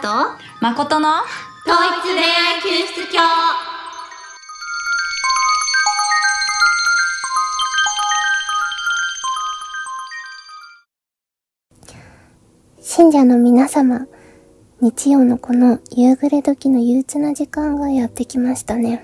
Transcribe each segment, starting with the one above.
と誠の統一恋愛救出教。 信者の皆様、日曜のこの夕暮れ時の憂鬱な時間がやってきましたね。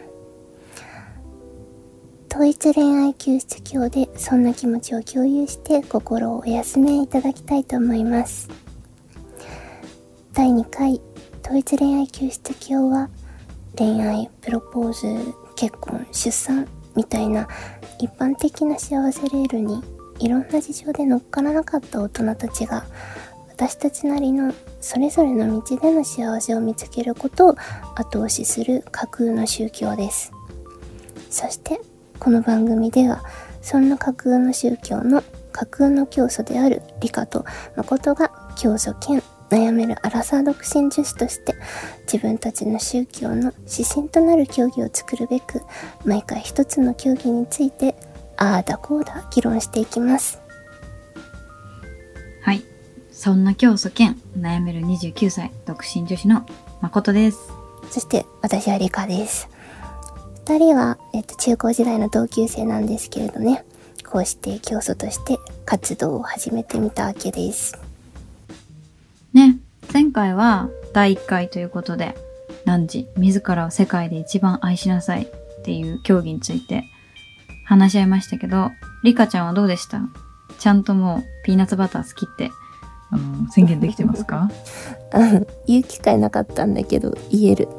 統一恋愛救出教でそんな気持ちを共有して心をお休めいただきたいと思います。第2回統一恋愛救出教は恋愛、プロポーズ、結婚、出産みたいな一般的な幸せレールにいろんな事情で乗っからなかった大人たちが私たちなりのそれぞれの道での幸せを見つけることを後押しする架空の宗教です。そしてこの番組ではそんな架空の宗教の架空の教祖であるリカと誠が教祖兼悩めるアラサー独身女子として自分たちの宗教の指針となる教義を作るべく毎回一つの教義についてああだこうだ議論していきます。 はい、そんな教祖兼悩める29歳独身女子の誠です。 そして私はリカです。二人は、中高時代の同級生なんですけれどね、こうして教祖として活動を始めてみたわけですね。前回は第1回ということで、汝自らを世界で一番愛しなさいっていう教義について話し合いましたけど、リカちゃんはどうでした？ちゃんともうピーナッツバター好きって宣言できてますか？ 言う機会なかったんだけど言える。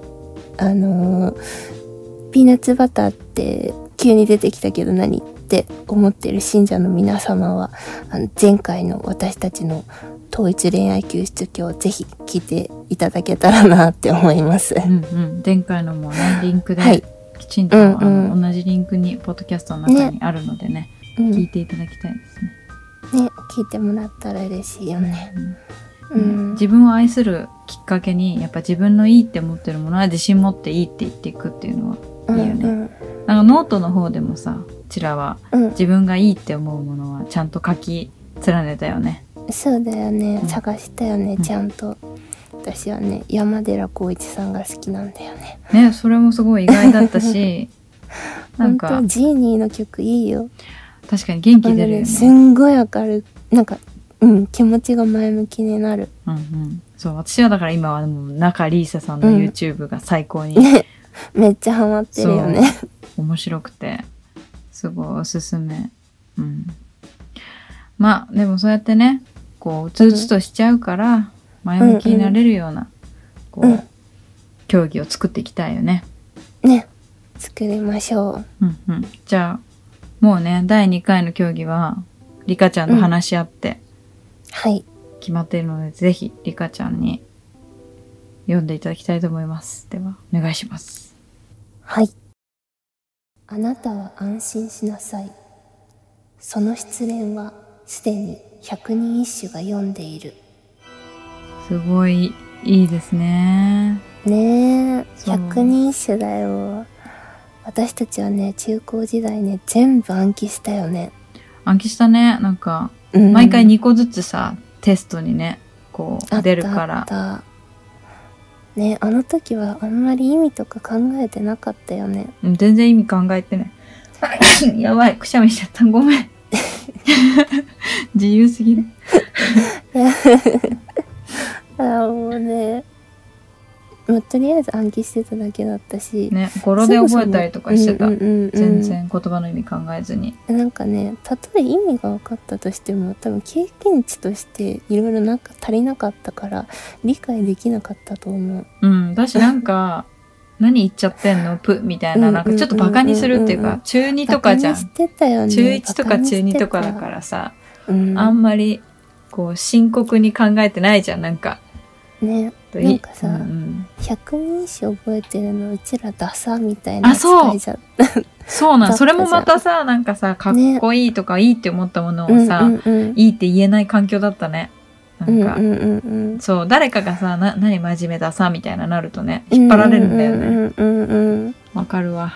ピーナッツバターって急に出てきたけど何って思ってる信者の皆様は前回の私たちの統一恋愛救出教をぜひ聞いていただけたらなって思います。 前回のもねリンクで、 はい、 きちんと、同じリンクにポッドキャストの中にあるのでね、聞いていただきたいですね。 聞いてもらったら嬉しいよね。 自分を愛するきっかけにやっぱ自分のいいって思ってるものは自信持っていいって言っていくっていうのはいいよね。なんかノートの方でもさ、こちらは自分がいいって思うものはちゃんと書き連ねたよね。 そうだよね、探したよね、ちゃんと。私はね、山寺宏一さんが好きなんだよね。 ね、それもすごい意外だったしなんか本当ジーニーの曲いいよ。 確かに元気出るよね。 すんごい明るい、なんか気持ちが前向きになる。 そう、私はだから今はもう中里依紗さんの YouTube が最高に、 めっちゃハマってるよね。 面白くてすごいおすすめ。まあでもそうやってね、こううつうつとしちゃうから前向きになれるような、こう競技を作っていきたいよね。 ね、作りましょう。 じゃあもうね、第2回の競技はリカちゃんと話し合って、 はい決まっているので、ぜひリカちゃんに読んでいただきたいと思います。ではお願いします。 はい。あなたは安心しなさい。その失恋はすでに百人一首が読んでいる。 すごいいいですね。 ねえ、百人一首だよ。私たちはね、中高時代ね、全部暗記したよね。 暗記したね。なんか、毎回2個ずつさ、テストにね、こう出るから。 あったね、あの時はあんまり意味とか考えてなかったよね。 全然意味考えてない。やばい、くしゃみしちゃった。ごめん。自由すぎる。 もうね、とりあえず暗記してただけだったしね、語呂で覚えたりとかしてた。全然言葉の意味考えずに。 なんかね、たとえ意味が分かったとしても多分経験値としていろいろなんか足りなかったから理解できなかったと思う。 だしなんか何言っちゃってんのプみたいな、なんかちょっとバカにするっていうか、中2とかじゃん。 してたよね、 中1とか中2とかだからさ、あんまりこう深刻に考えてないじゃん、なんかね。なんかさ、百人一首覚えてるのうちらダサみたいな扱いじゃん。 そうなん、それもまたさ、なんかさ、かっこいいとかいいって思ったものをさ、いいって言えない環境だったね。なんか、そう、誰かがさ、何真面目ださみたいななるとね、引っ張られるんだよね。わかるわ。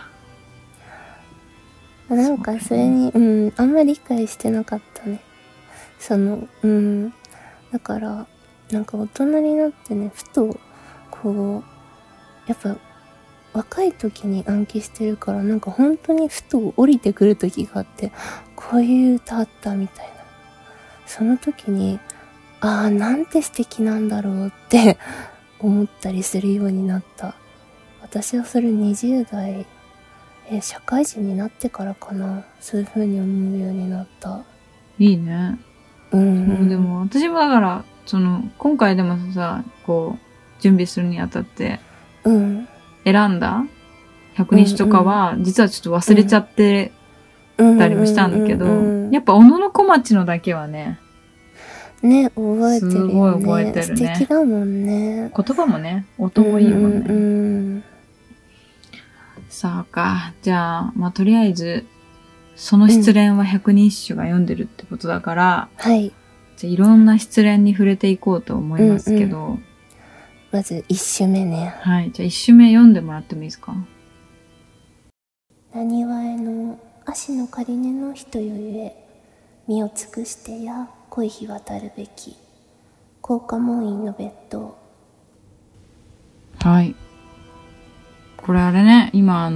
なんかそれに、あんまり理解してなかったね。だからなんか大人になってね、ふと、こう、やっぱ、若い時に暗記してるから、なんか本当にふと降りてくる時があって、こういう歌あったみたいな。その時に、ああ、なんて素敵なんだろうって思ったりするようになった。私はそれ20代、社会人になってからかな。そういう風に思うようになった。 いいね。 うん。 でも私もだから、今回でもさ、こう、準備するにあたって、 うん。 選んだ百日とかは、実はちょっと忘れちゃってたりもしたんだけど、やっぱ小野小町のだけはね、 ね、覚えてるよね。 すごい覚えてるね。 素敵だもんね。 言葉もね、音もいいもんね。 うん。 さあか。じゃあ、とりあえず、その失恋は百人一首が読んでるってことだから、 はい。 じゃあいろんな失恋に触れていこうと思いますけど、 まず一首目ね。 はい。じゃあ一首目読んでもらってもいいですか？ なにわえの足の仮根の人よゆえ、身を尽くしてや恋日渡るべき、高家門院の別当。 はい。これあれね、今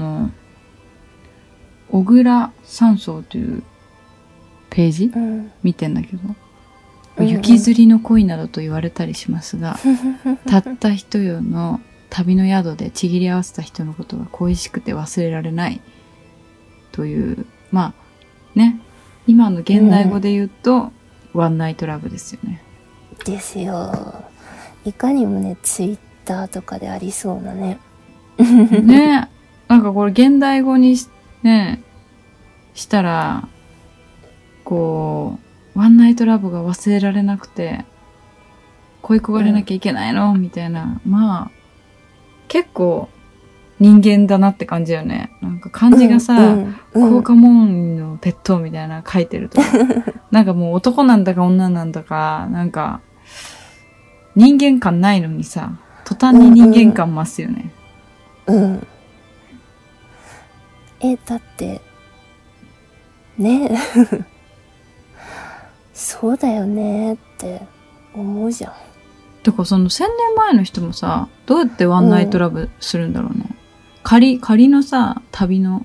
小倉山荘というページ、見てんだけど、雪吊りの恋などと言われたりしますが、たった一夜の旅の宿でちぎり合わせた人のことが恋しくて忘れられないという、ね、今の現代語で言うと、ワンナイトラブですよね。 ですよ。いかにもね、ツイッターとかでありそうなね。 ね、なんかこれ現代語にしたら、こう、ワンナイトラブが忘れられなくて、恋焦がれなきゃいけないの、みたいな。結構人間だなって感じよね。なんか漢字がさ、高家門のペットみたいな書いてると。なんかもう男なんだか女なんだか、なんか、人間感ないのにさ、途端に人間感増すよね。 だって、ねそうだよねって思うじゃん。 てか1000年前の人もさ、どうやってワンナイトラブするんだろうね。仮のさ、旅の、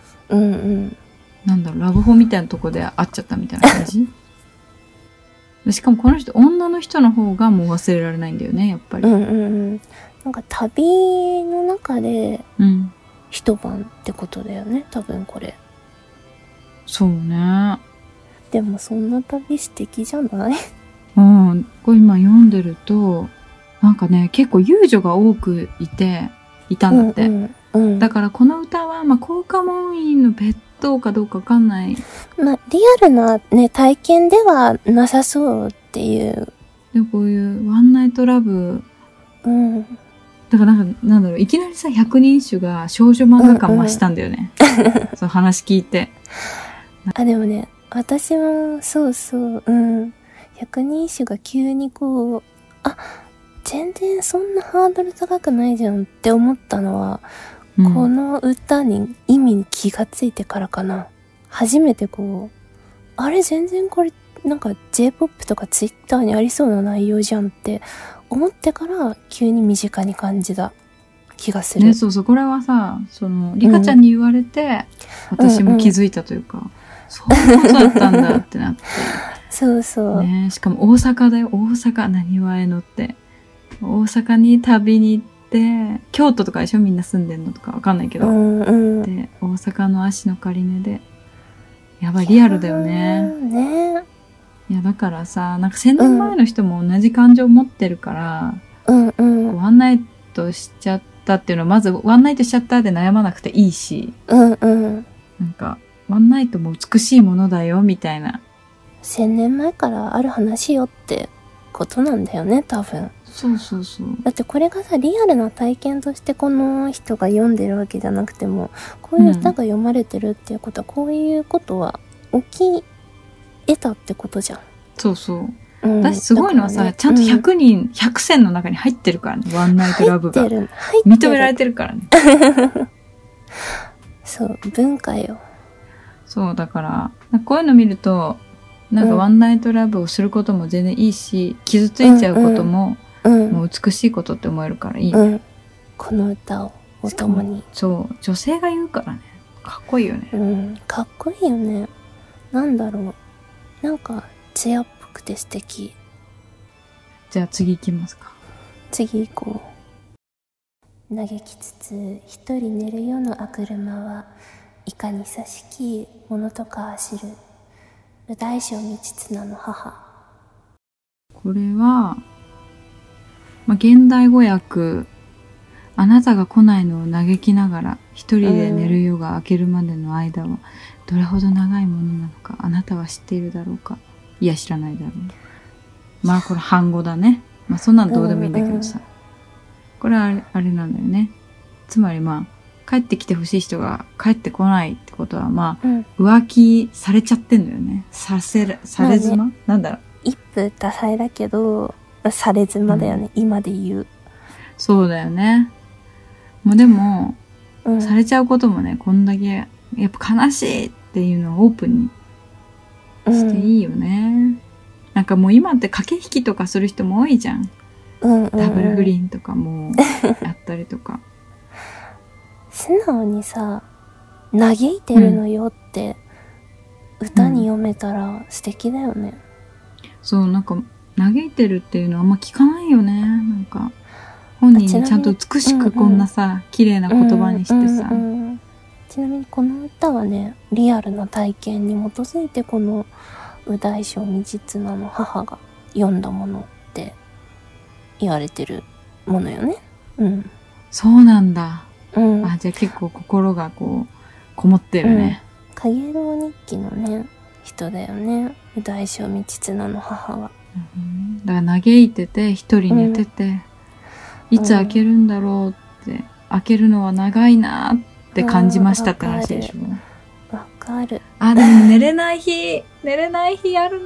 なんだろう、ラブホみたいなとこで会っちゃったみたいな感じしかもこの人、女の人の方がもう忘れられないんだよね、やっぱり。 なんか旅の中で、一晩ってことだよね、多分これ。 そうね。 でもそんな旅素敵じゃないこれ今読んでると、なんかね、結構遊女が多くいたんだって。だからこの歌は、高家門院の別当かどうかわかんない。 リアルなね、体験ではなさそうっていう。 でもこういうワンナイトラブ、だからなんだろう、いきなりさ、百人一首が少女漫画感増したんだよね。その話聞いて。 でもね、私も、そうそう、百人一首が急にこう、全然そんなハードル高くないじゃんって思ったのは、この歌に意味に気がついてからかな。初めてこう、あれ全然これなんか J-POP とか Twitter にありそうな内容じゃんって思ってから急に身近に感じた気がする。 ね、そうそう、これはさ、リカちゃんに言われて、私も気づいたというか、そういうことだったんだってなって。 そうそう。 ね、しかも大阪だよ、大阪、なにわえのって。大阪に旅に行って、京都とかでしょ、みんな住んでんのとかわかんないけど。で、大阪の足の仮根で。やばい、リアルだよね。 ね。 いや、だからさ、なんか1000年前の人も同じ感情を持ってるから、ワンナイトしちゃったっていうのは、まずワンナイトしちゃったで悩まなくていいし、なんか、ワンナイトも美しいものだよ、みたいな。 1000年前からある話よってことなんだよね、多分。 そうそうそう。 だってこれがさ、リアルな体験としてこの人が読んでるわけじゃなくても、こういう歌が読まれてるっていうことは、こういうことは起き得たってことじゃん。 そうそう。私すごいのはさ、ちゃんと100人、100選の中に入ってるからね、ワンナイトラブが。認められてるからね。 そう、文化よ。 そう、だから、こういうの見ると、 なんかワンナイトラブをすることも全然いいし、傷ついちゃうことも、もう美しいことって思えるからいいね。 この歌をお供に。 そう、女性が言うからね。かっこいいよね。 かっこいいよね。なんだろう。なんか、艶っぽくて素敵。 じゃあ次行きますか。 次行こう。嘆きつつ、一人寝る夜の赤車は、いかにさしきものとか走る。大小道綱の母。 これは、現代語訳、あなたが来ないのを嘆きながら一人で寝る夜が明けるまでの間はどれほど長いものなのかあなたは知っているだろうか。いや知らないだろう。これ反語だね。そんなのどうでもいいんだけどさ。これはあれなんだよね。つまり帰ってきてほしい人が帰ってこないってことは浮気されちゃってんだよね。され妻、なんだろう。 一夫多妻だけど、され妻だよね、今で言う。 そうだよね。でも、されちゃうこともね、こんだけ、やっぱ悲しいっていうのをオープンにしていいよね。なんかもう今って駆け引きとかする人も多いじゃん。ダブル不倫とかもやったりとか。 素直にさ、嘆いてるのよって、歌に読めたら素敵だよね。そう、 なんか、嘆いてるっていうのはあんま聞かないよね。なんか、本人にちゃんと美しくこんなさ、綺麗な言葉にしてさ。 ちなみにこの歌はね、リアルな体験に基づいてこの右大将道綱の母が読んだものって言われてるものよね。 そうなんだ。じゃあ結構心がこもってるね。 かげろう日記のね、人だよね。右大将道綱の母は。 だから嘆いてて、一人寝てて、いつ開けるんだろうって、開けるのは長いなって感じましたって話でしょ。 わかる。 でも寝れない日あるな。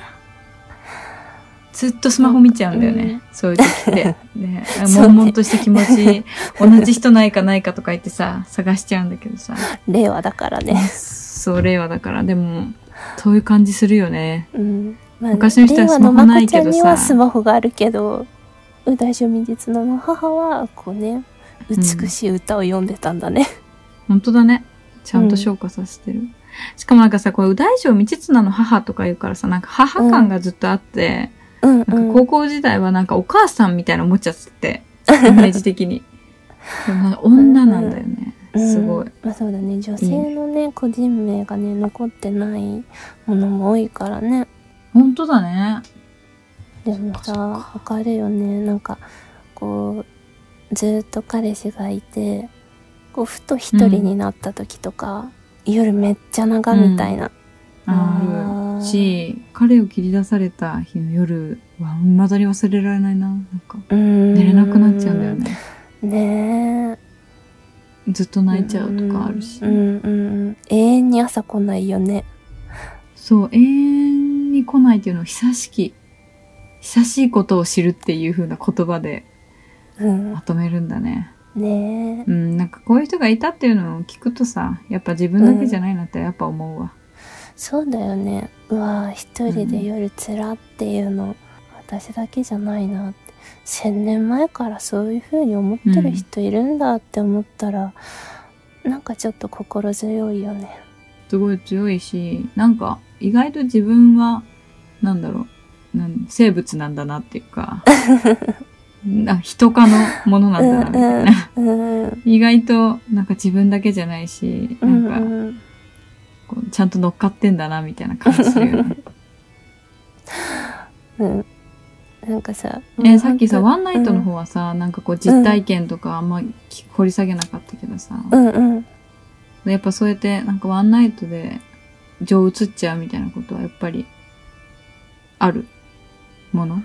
ずっとスマホ見ちゃうんだよね。そういう時って。ね、悶々とした気持ち、同じ人ないかとか言ってさ、探しちゃうんだけどさ。 令和だからね。 そう、令和だから。でも、そういう感じするよね。昔の人はスマホないけどさ。 令和のまこちゃんにはスマホがあるけど、右大将道綱の母は、美しい歌を読んでたんだね。 本当だね。ちゃんと昇華させてる。しかもなんかさ、これ右大将道綱の母とか言うからさ、なんか母感がずっとあって、なんか高校時代はなんかお母さんみたいな思っちゃってて、イメージ的に。でもなんか女なんだよね。すごい。 そうだね。女性のね、個人名がね、残ってないものも多いからね。 本当だね。 でもさ、わかるよね。なんか、ずっと彼氏がいて、ふと一人になった時とか、夜めっちゃ長みたいな。 あるし、彼を切り出された日の夜は未だに忘れられないな。なんか、寝れなくなっちゃうんだよね。 ねえ。ずっと泣いちゃうとかあるし。 永遠に朝来ないよね。 そう、永遠に来ないっていうのを久しいことを知るっていう風な言葉でまとめるんだね。なんかこういう人がいたっていうのを聞くとさ、やっぱ自分だけじゃないなってやっぱ思うわ。 そうだよね。一人で夜つらっていうの、私だけじゃないなって。1000年前からそういう風に思ってる人いるんだって思ったら、なんかちょっと心強いよね。 すごい強いし、なんか意外と自分は、生物なんだなっていうか、人科のものなんだなみたいな。意外となんか自分だけじゃないし、なんか、ちゃんと乗っかってんだなみたいな感じするよね。 なんかさ、 さっきさ、ワンナイトの方はさ、なんか実体験とかあんま掘り下げなかったけどさ、やっぱそうやってなんかワンナイトで情移っちゃうみたいなことはやっぱりあるもの？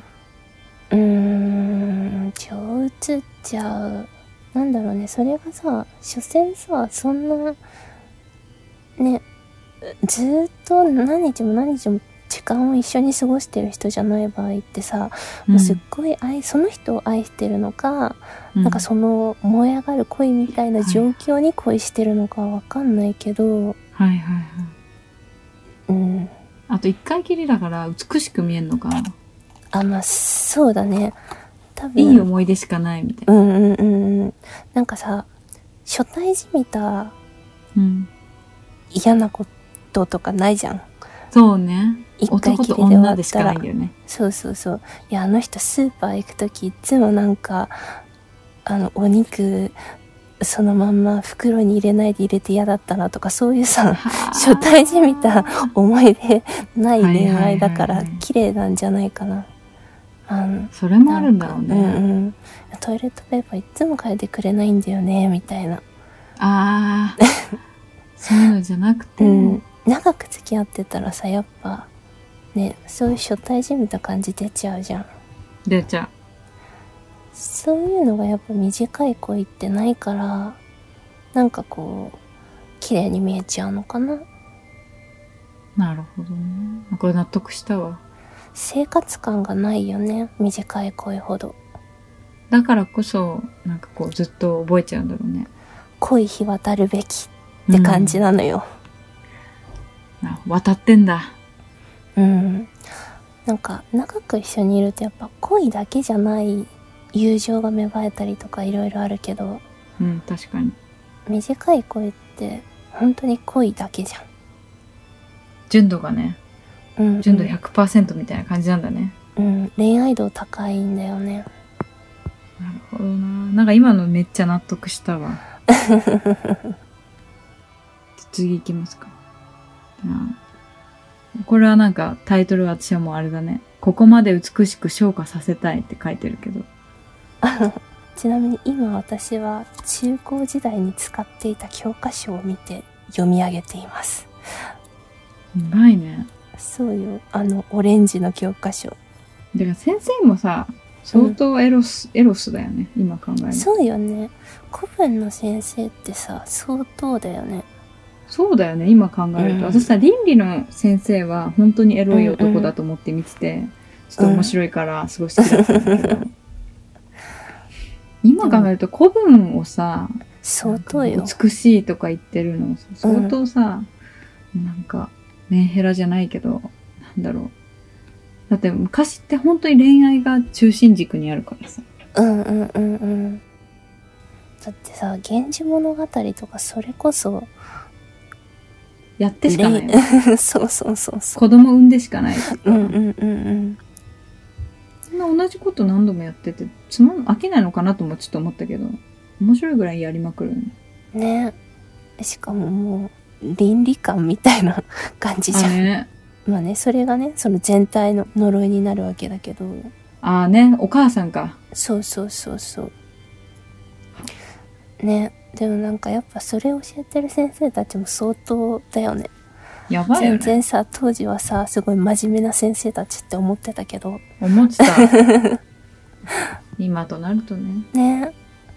情移っちゃう。なんだろうね、それがさ、所詮さ、そんな、ね、ずーっと何日も時間を一緒に過ごしてる人じゃない場合ってさ、もうすっごいその人を愛してるのか、なんかその燃え上がる恋みたいな状況に恋してるのかわかんないけど、 あと一回きりだから美しく見えんのかな。 あ、まあ、そうだね。多分。 いい思い出しかないみたいな。 うんうんうんうん。なんかさ、初対じみた嫌なこととかないじゃん。 そうね。 一回きりで男と女でしかないんだよね。 そうそうそう。いや、あの人スーパー行くときいつもなんか、お肉、そのまんま袋に入れないで入れて嫌だったなとか、そういうさ、初対じみた思い出ない恋愛だから、綺麗なんじゃないかな。 それもあるんだろうね。 うんうん。トイレットペーパーいつも変えてくれないんだよね、みたいな。 ああ。そういうのじゃなくて。 長く付き合ってたらさ、やっぱ、ね、そういう初対じみた感じ出ちゃうじゃん。 出ちゃう。 そういうのがやっぱ短い恋ってないから、なんかこう、綺麗に見えちゃうのかな。 なるほどね。これ納得したわ。 生活感がないよね、短い恋ほど。 だからこそ、なんかこうずっと覚えちゃうんだろうね。 恋日渡るべきって感じなのよ。 渡ってんだ。 なんか長く一緒にいるとやっぱ恋だけじゃない友情が芽生えたりとかいろいろあるけど、 確かに。 短い恋って本当に恋だけじゃん。 純度がね、純度 100% みたいな感じなんだね。 恋愛度高いんだよね。 なるほどな。なんか今のめっちゃ納得したわ。次行きますか。これはなんかタイトルは私はもうあれだね。ここまで美しく昇華させたいって書いてるけど。 ちなみに今私は中高時代に使っていた教科書を見て読み上げています。 うまいね。 そうよ。オレンジの教科書。 だから先生もさ、相当エロスだよね。今考えると。 そうよね。古文の先生ってさ、相当だよね。 そうだよね、今考えると。私さ、倫理の先生は本当にエロい男だと思って見てて、ちょっと面白いからすごい好きだったんだけど。今考えると古文をさ、 相当よ。 美しいとか言ってるの、相当さ、なんか、メンヘラじゃないけど、なんだろう。だって昔って本当に恋愛が中心軸にあるからさ。 だってさ、源氏物語とかそれこそ、 やってしかないよ。 そうそうそうそう。 子供産んでしかない。 そんな同じこと何度もやってて、飽きないのかなともちょっと思ったけど、面白いぐらいやりまくるね。しかももう、倫理観みたいな感じじゃん。 ね。 まあね、それがね、その全体の呪いになるわけだけど。 お母さんか。 そうそうそうそう。ね。でもなんかやっぱそれを教えてる先生たちも相当だよね。 やばいよね。 全然さ、当時はさ、すごい真面目な先生たちって思ってたけど。 思ってた。今となるとね。 ね。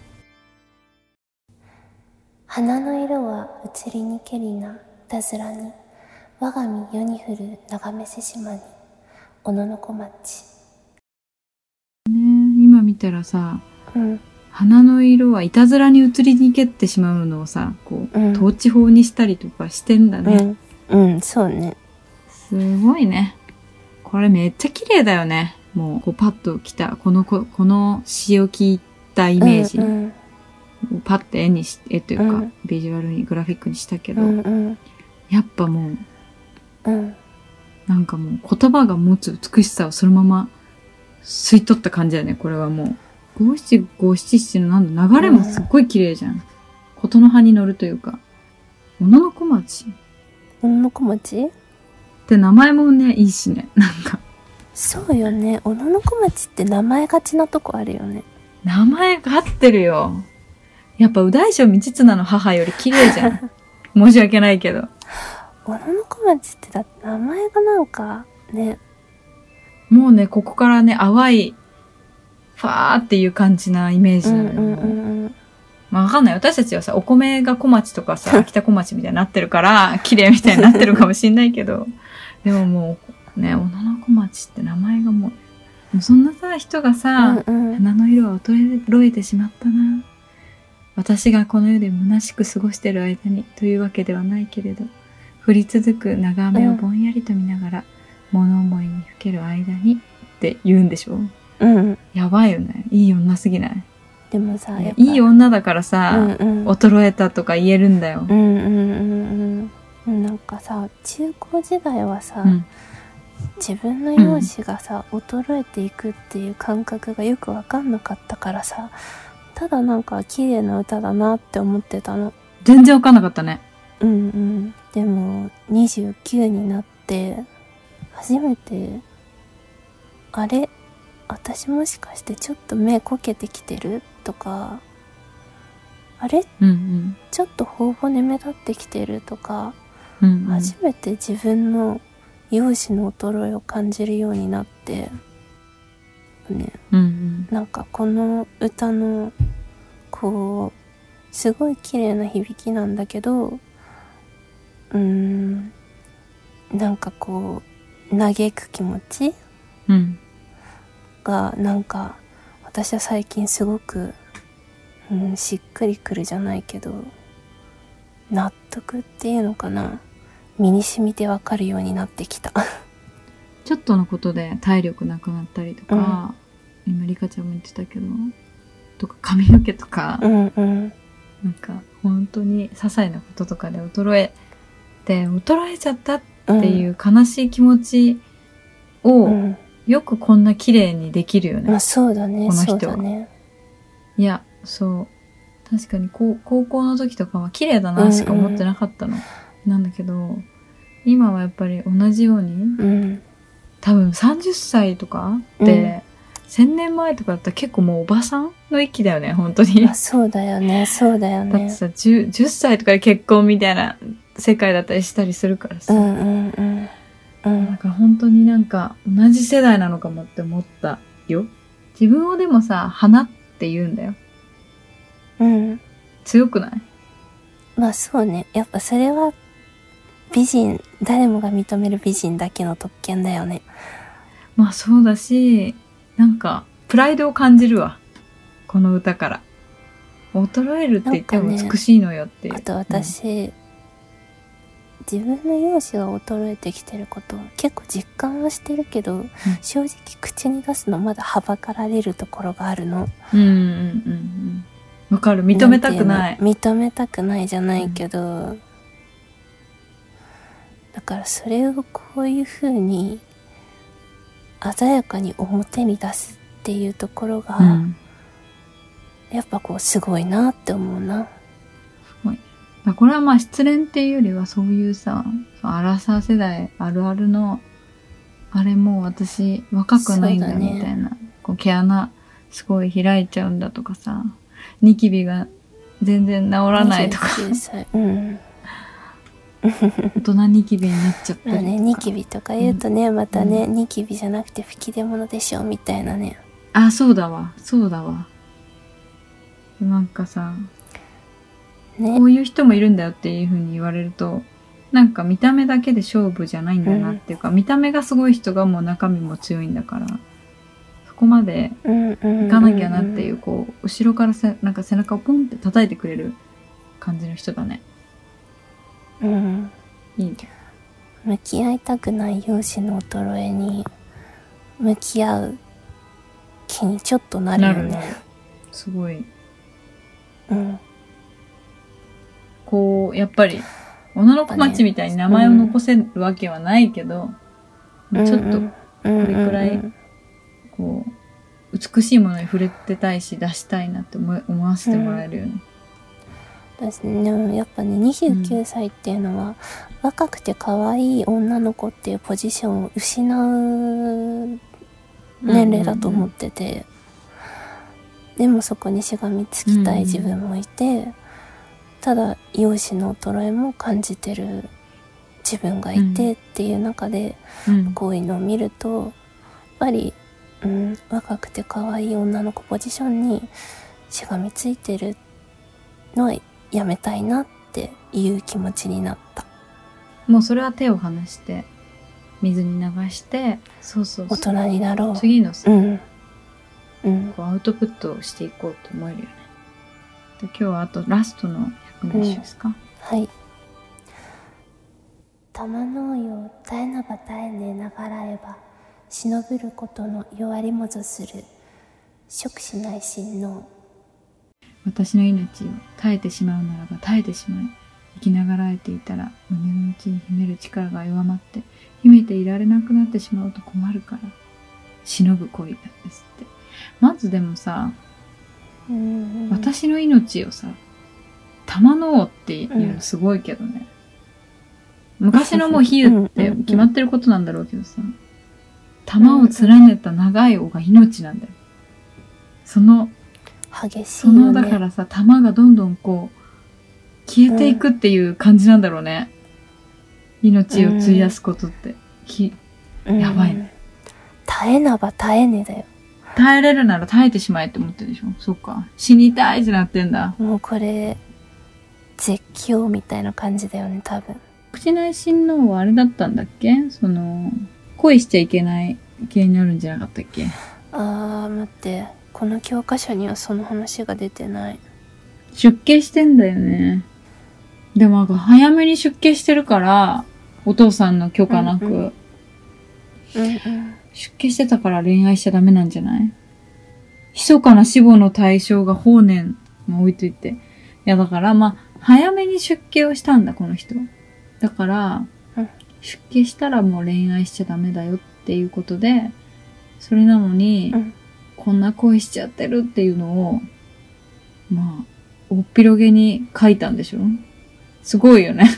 花の色は移りにけりないたずらに、我が身世に降る眺めせしまに、小野小町。 ね、今見たらさ、花の色はいたずらに移りにけってしまうのをさ、こう、統治法にしたりとかしてんだね。 そうね。 すごいね。これめっちゃ綺麗だよね。もう、こうパッと来た、この詩を聞いたイメージ。パッて絵というか、ビジュアルに、グラフィックにしたけど、やっぱもう、なんかもう言葉が持つ美しさをそのまま吸い取った感じだよね、これはもう。五七五七七の流れもすっごい綺麗じゃん。琴の葉に乗るというか。小野小町。 小野小町って名前もね、いいしね、なんか。 そうよね。小野小町って名前がちなとこあるよね。 名前が合ってるよ。やっぱ右大将道綱の母より綺麗じゃん。申し訳ないけど。 小野小町ってだって名前がなんか、ね。 もうね、ここからね、淡い、ファーっていう感じなイメージなのよ。まあわかんない。私たちはさ、お米が小町とかさ、秋田小町みたいになってるから、綺麗みたいになってるかもしんないけど、でももう、ね、小野小町って名前がもうそんなさ、人がさ、花の色は衰えてしまったな。私がこの世で虚しく過ごしてる間に、というわけではないけれど、 降り続く長雨をぼんやりと見ながら、物思いにふける間にって言うんでしょ。やばいよね。いい女すぎない？ でもさ、やっぱいい女だからさ、衰えたとか言えるんだよ。 なんかさ、中高時代はさ、自分の容姿がさ、衰えていくっていう感覚がよくわかんなかったからさ、ただなんか綺麗な歌だなって思ってたの。 全然わかんなかったね。 でも29になって初めて、あれ、私もしかしてちょっと目こけてきてるとか、あれ、ちょっと頬骨目立ってきてるとか、初めて自分の容姿の衰えを感じるようになってね、なんかこの歌のこうすごい綺麗な響きなんだけど、なんかこう嘆く気持ち、がなんか私は最近すごく、しっくりくるじゃないけど、納得っていうのかな、身に染みてわかるようになってきた。 ちょっとのことで体力なくなったりとか、今リカちゃんも言ってたけど、とか髪の毛とか、なんか本当に些細なこととかで衰えちゃったっていう悲しい気持ちを、よくこんな綺麗にできるよね。 そうだね、 この人は。 そうだね。 いや、そう。確かに高校の時とかは綺麗だなしか思ってなかったの。なんだけど、今はやっぱり同じように、多分30歳とかって、1000年前とかだったら結構もうおばさんの域だよね、本当に。 そうだよね、そうだよね。 だってさ、10歳とかで結婚みたいな世界だったりしたりするからさ。なんか本当になんか同じ世代なのかもって思ったよ。自分をでもさ、花って言うんだよ。強くない？ まあそうね。やっぱそれは美人、誰もが認める美人だけの特権だよね。 まあそうだし、なんかプライドを感じるわ。この歌から。衰えるって言っても美しいのよっていう。 あと私、自分の容姿が衰えてきてることを結構実感はしてるけど、正直口に出すのまだはばかられるところがあるの。 わかる。認めたくない。 認めたくないじゃないけど、だからそれをこういう風に鮮やかに表に出すっていうところが、やっぱこうすごいなって思うな。 すごい。これはまあ失恋っていうよりはそういうさ、アラサー世代あるあるの、あれもう私若くないんだみたいな、こう毛穴すごい開いちゃうんだとかさ、ニキビが全然治らないとか。 29歳。 大人ニキビになっちゃってる。 ニキビとか言うとね、またね、ニキビじゃなくて吹き出物でしょみたいなね。 あ、そうだわ。そうだわ。なんかさ、こういう人もいるんだよっていう風に言われると、なんか見た目だけで勝負じゃないんだなっていうか、見た目がすごい人がもう中身も強いんだから、そこまでいかなきゃなっていう、こう、後ろからなんか背中をポンって叩いてくれる感じの人だね。いいね。 向き合いたくない容姿の衰えに向き合う気にちょっとなるよね。 すごい。こう、やっぱり、女の子町みたいに名前を残せるわけはないけど、ちょっと、これくらい、こう、美しいものに触れてたいし、出したいなって思わせてもらえるよね。 私ね、やっぱね、29歳っていうのは、若くて可愛い女の子っていうポジションを失う年齢だと思ってて、でもそこにしがみつきたい自分もいて、ただ容姿の衰えも感じてる自分がいてっていう中で、こういうのを見ると、やっぱり、若くて可愛い女の子ポジションにしがみついてるのはやめたいなっていう気持ちになった。 もうそれは手を離して、水に流して、そう大人になろう。 次のさ、こうアウトプットをしていこうと思えるよね。で、今日はあとラストの100年集ですか？ はい。 玉の王よ絶えなば絶えねえながらえば忍ぶることの弱りもぞする食しない親王。 私の命を耐えてしまうならば耐えてしまい、生きながらえていたら胸の内に秘める力が弱まって秘めていられなくなってしまうと困るから忍ぶ恋なんですって。まずでもさ、私の命をさ玉の王っていうのすごいけどね、昔のもう比喩って決まってることなんだろうけどさ、玉を連ねた長い尾が命なんだよ。その激しいよね。 だからさ、玉がどんどんこう消えていくっていう感じなんだろうね、命を費やすことって。やばいね。 耐えなば耐えねだよ。 耐えれるなら耐えてしまえって思ってるでしょ。そっか、死にたいってなってんだ。 もうこれ絶叫みたいな感じだよね、多分。 口内親王はあれだったんだっけ、恋しちゃいけない系になるんじゃなかったっけ。 待って、この教科書にはその話が出てない。 出家してんだよね。でもなんか早めに出家してるから、お父さんの許可なく、出家してたから恋愛しちゃダメなんじゃない？密かな死母の対象が法然も置いといて。いやだから早めに出家をしたんだ、この人。だから、出家したらもう恋愛しちゃダメだよっていうことで、それなのに、こんな恋しちゃってるっていうのを、おっぴろげに書いたんでしょ？すごいよね。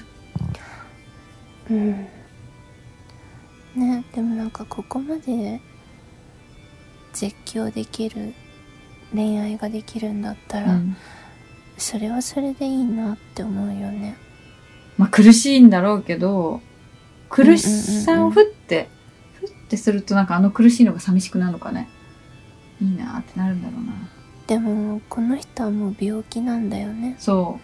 ね、でもなんかここまで絶叫できる恋愛ができるんだったら、それはそれでいいなって思うよね。 苦しいんだろうけど、苦しさをふってするとなんか苦しいのが寂しくなるのかね。いいなってなるんだろうな。 でもこの人はもう病気なんだよね。 そう。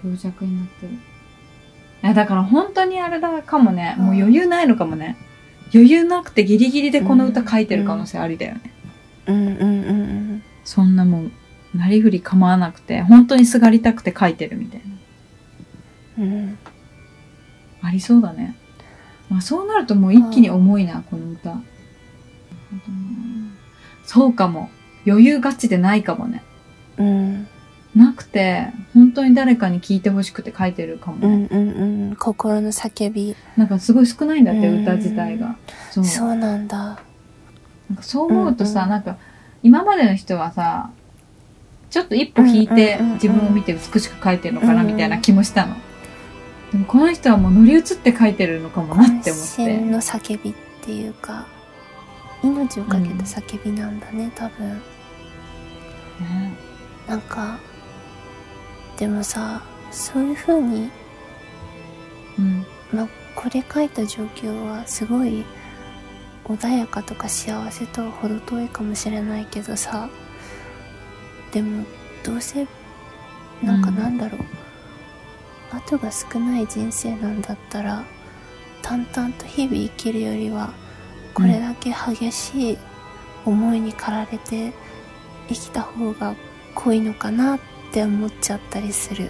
病弱になってる。だから本当にあれだかもね。もう余裕ないのかもね。余裕なくてギリギリでこの歌書いてる可能性ありだよね。そんなもん、なりふり構わなくて、本当にすがりたくて書いてるみたいな。ありそうだね。そうなるともう一気に重いな、この歌。そうかも。余裕ガチでないかもね。なくて、本当に誰かに聞いてほしくて書いてるかもね。 心の叫び。 なんかすごい少ないんだって、歌自体が。 そうなんだ。 なんかそう思うとさ、なんか今までの人はさ、ちょっと一歩引いて自分を見て美しく書いてるのかなみたいな気もしたの。でもこの人はもう乗り移って書いてるのかもなって思って。 渾身の叫びっていうか、命をかけた叫びなんだね、多分。なんかでもさ、そういう風に、これ書いた状況はすごい穏やかとか幸せとは程遠いかもしれないけどさ、でもどうせなんだろう、後が少ない人生なんだったら淡々と日々生きるよりは、これだけ激しい思いに駆られて生きた方が濃いのかなって思っちゃったりする。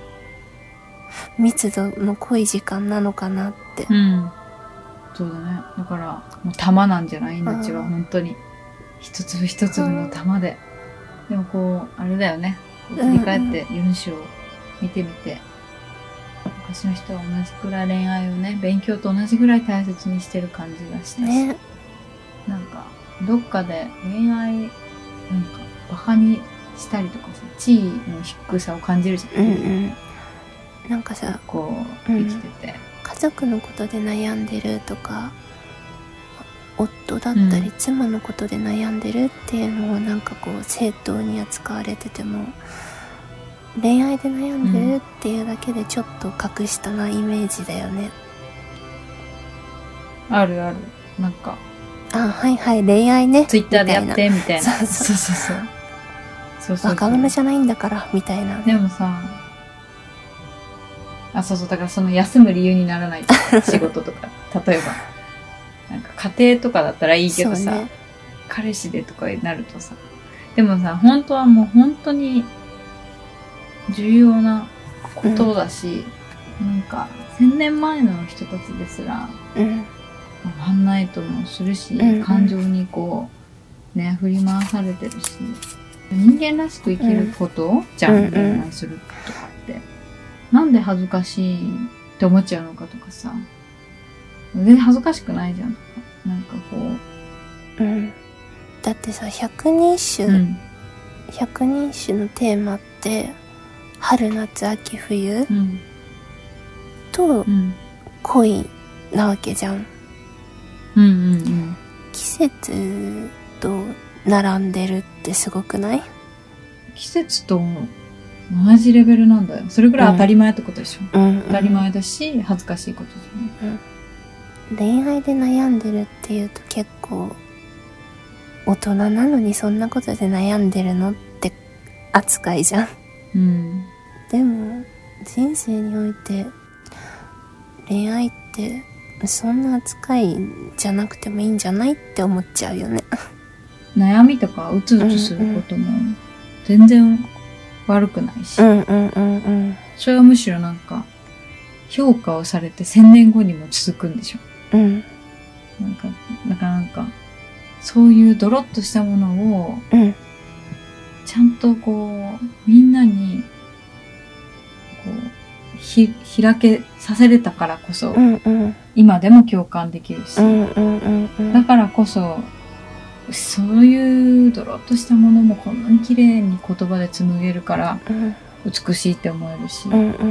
密度の濃い時間なのかなって。 そうだね。だからもう玉なんじゃない？命は本当に一粒一粒の玉で。でもこうあれだよね。振り返ってユンシを見てみて、昔の人は同じくらい恋愛をね、勉強と同じぐらい大切にしてる感じがしたし、なんかどっかで恋愛なんかバカにしたりとかさ、地位の低さを感じるじゃん。 なんかさ、 こう生きてて、 家族のことで悩んでるとか、夫だったり妻のことで悩んでるっていうのをなんかこう正当に扱われてても、恋愛で悩んでるっていうだけでちょっと格下なイメージだよね。 あるある。なんかはいはい、恋愛ね、 ツイッターでやってみたいな。そう若者じゃないんだからみたいな。 でもさ、だからその休む理由にならない仕事とか例えばなんか家庭とかだったらいいけどさ、彼氏でとかになるとさ、でもさ、本当はもう本当に重要なことだし、なんか 1000年前の人たちですら、わかんないともするし、感情にこう、ね、振り回されてるし、人間らしく生きること、じゃん、恋愛するとかって。なんで恥ずかしいって思っちゃうのかとかさ、全然恥ずかしくないじゃんとか、なんかこう。 だってさ、百人一首のテーマって、春夏秋冬、と、恋なわけじゃん。季節と並んでるってすごくない？ 季節と同じレベルなんだよ。それぐらい当たり前ってことでしょ。当たり前だし、恥ずかしいことじゃない。 恋愛で悩んでるっていうと結構、大人なのにそんなことで悩んでるのって扱いじゃん。でも、人生において、恋愛ってそんな扱いじゃなくてもいいんじゃないって思っちゃうよね。 悩みとかうつうつすることも全然悪くないし、それはむしろなんか評価をされて1000年後にも続くんでしょ。なんかそういうドロッとしたものをちゃんとこうみんなにこう開けさせれたからこそ、今でも共感できるし、だからこそそういうドロッとしたものもこんなに綺麗に言葉で紡げるから美しいって思えるし、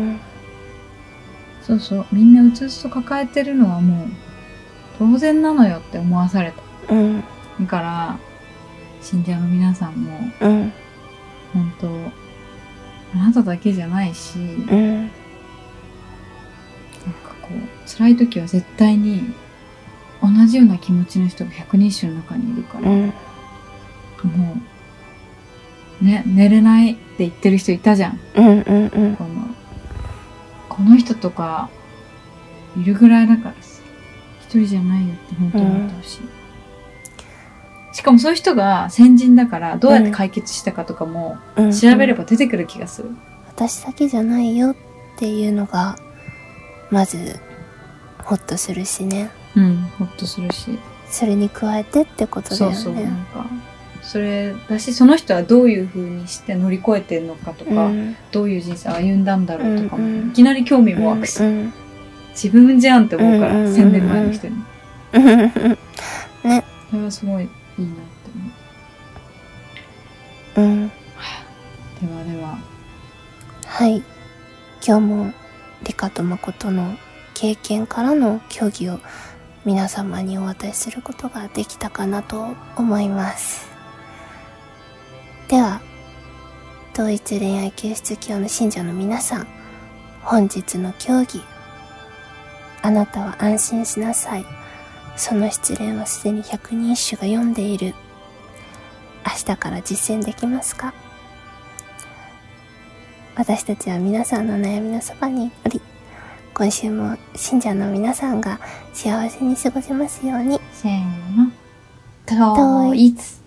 そうそう、みんなうつうつと抱えてるのはもう当然なのよって思わされた。だから信者の皆さんも、本当あなただけじゃないし、なんかこう辛い時は絶対に同じような気持ちの人が百人一首の中にいるから、もうね、寝れないって言ってる人いたじゃん。この人とかいるぐらいだからさ、一人じゃないよって本当に思ってほしい。しかもそういう人が先人だからどうやって解決したかとかも調べれば出てくる気がする。 私だけじゃないよっていうのがまずホッとするしね。 ホッとするし、 それに加えてってことだよね。 そうなんかそれだし、その人はどういう風にして乗り越えてんのかとか、どういう人生を歩んだんだろうとかも、いきなり興味も湧くし、自分じゃんって思うから、1000年前の人にね、それはすごいいいなって思う。でははい、今日もリカとマコトの経験からの教義を皆様にお渡しすることができたかなと思います。では、統一恋愛救出教の信者の皆さん、本日の教義、あなたは安心しなさい。その失恋はすでに百人一首が読んでいる。明日から実践できますか？私たちは皆さんの悩みのそばにおり、今週も信者の皆さんが幸せに過ごせますように。 せーの、統一。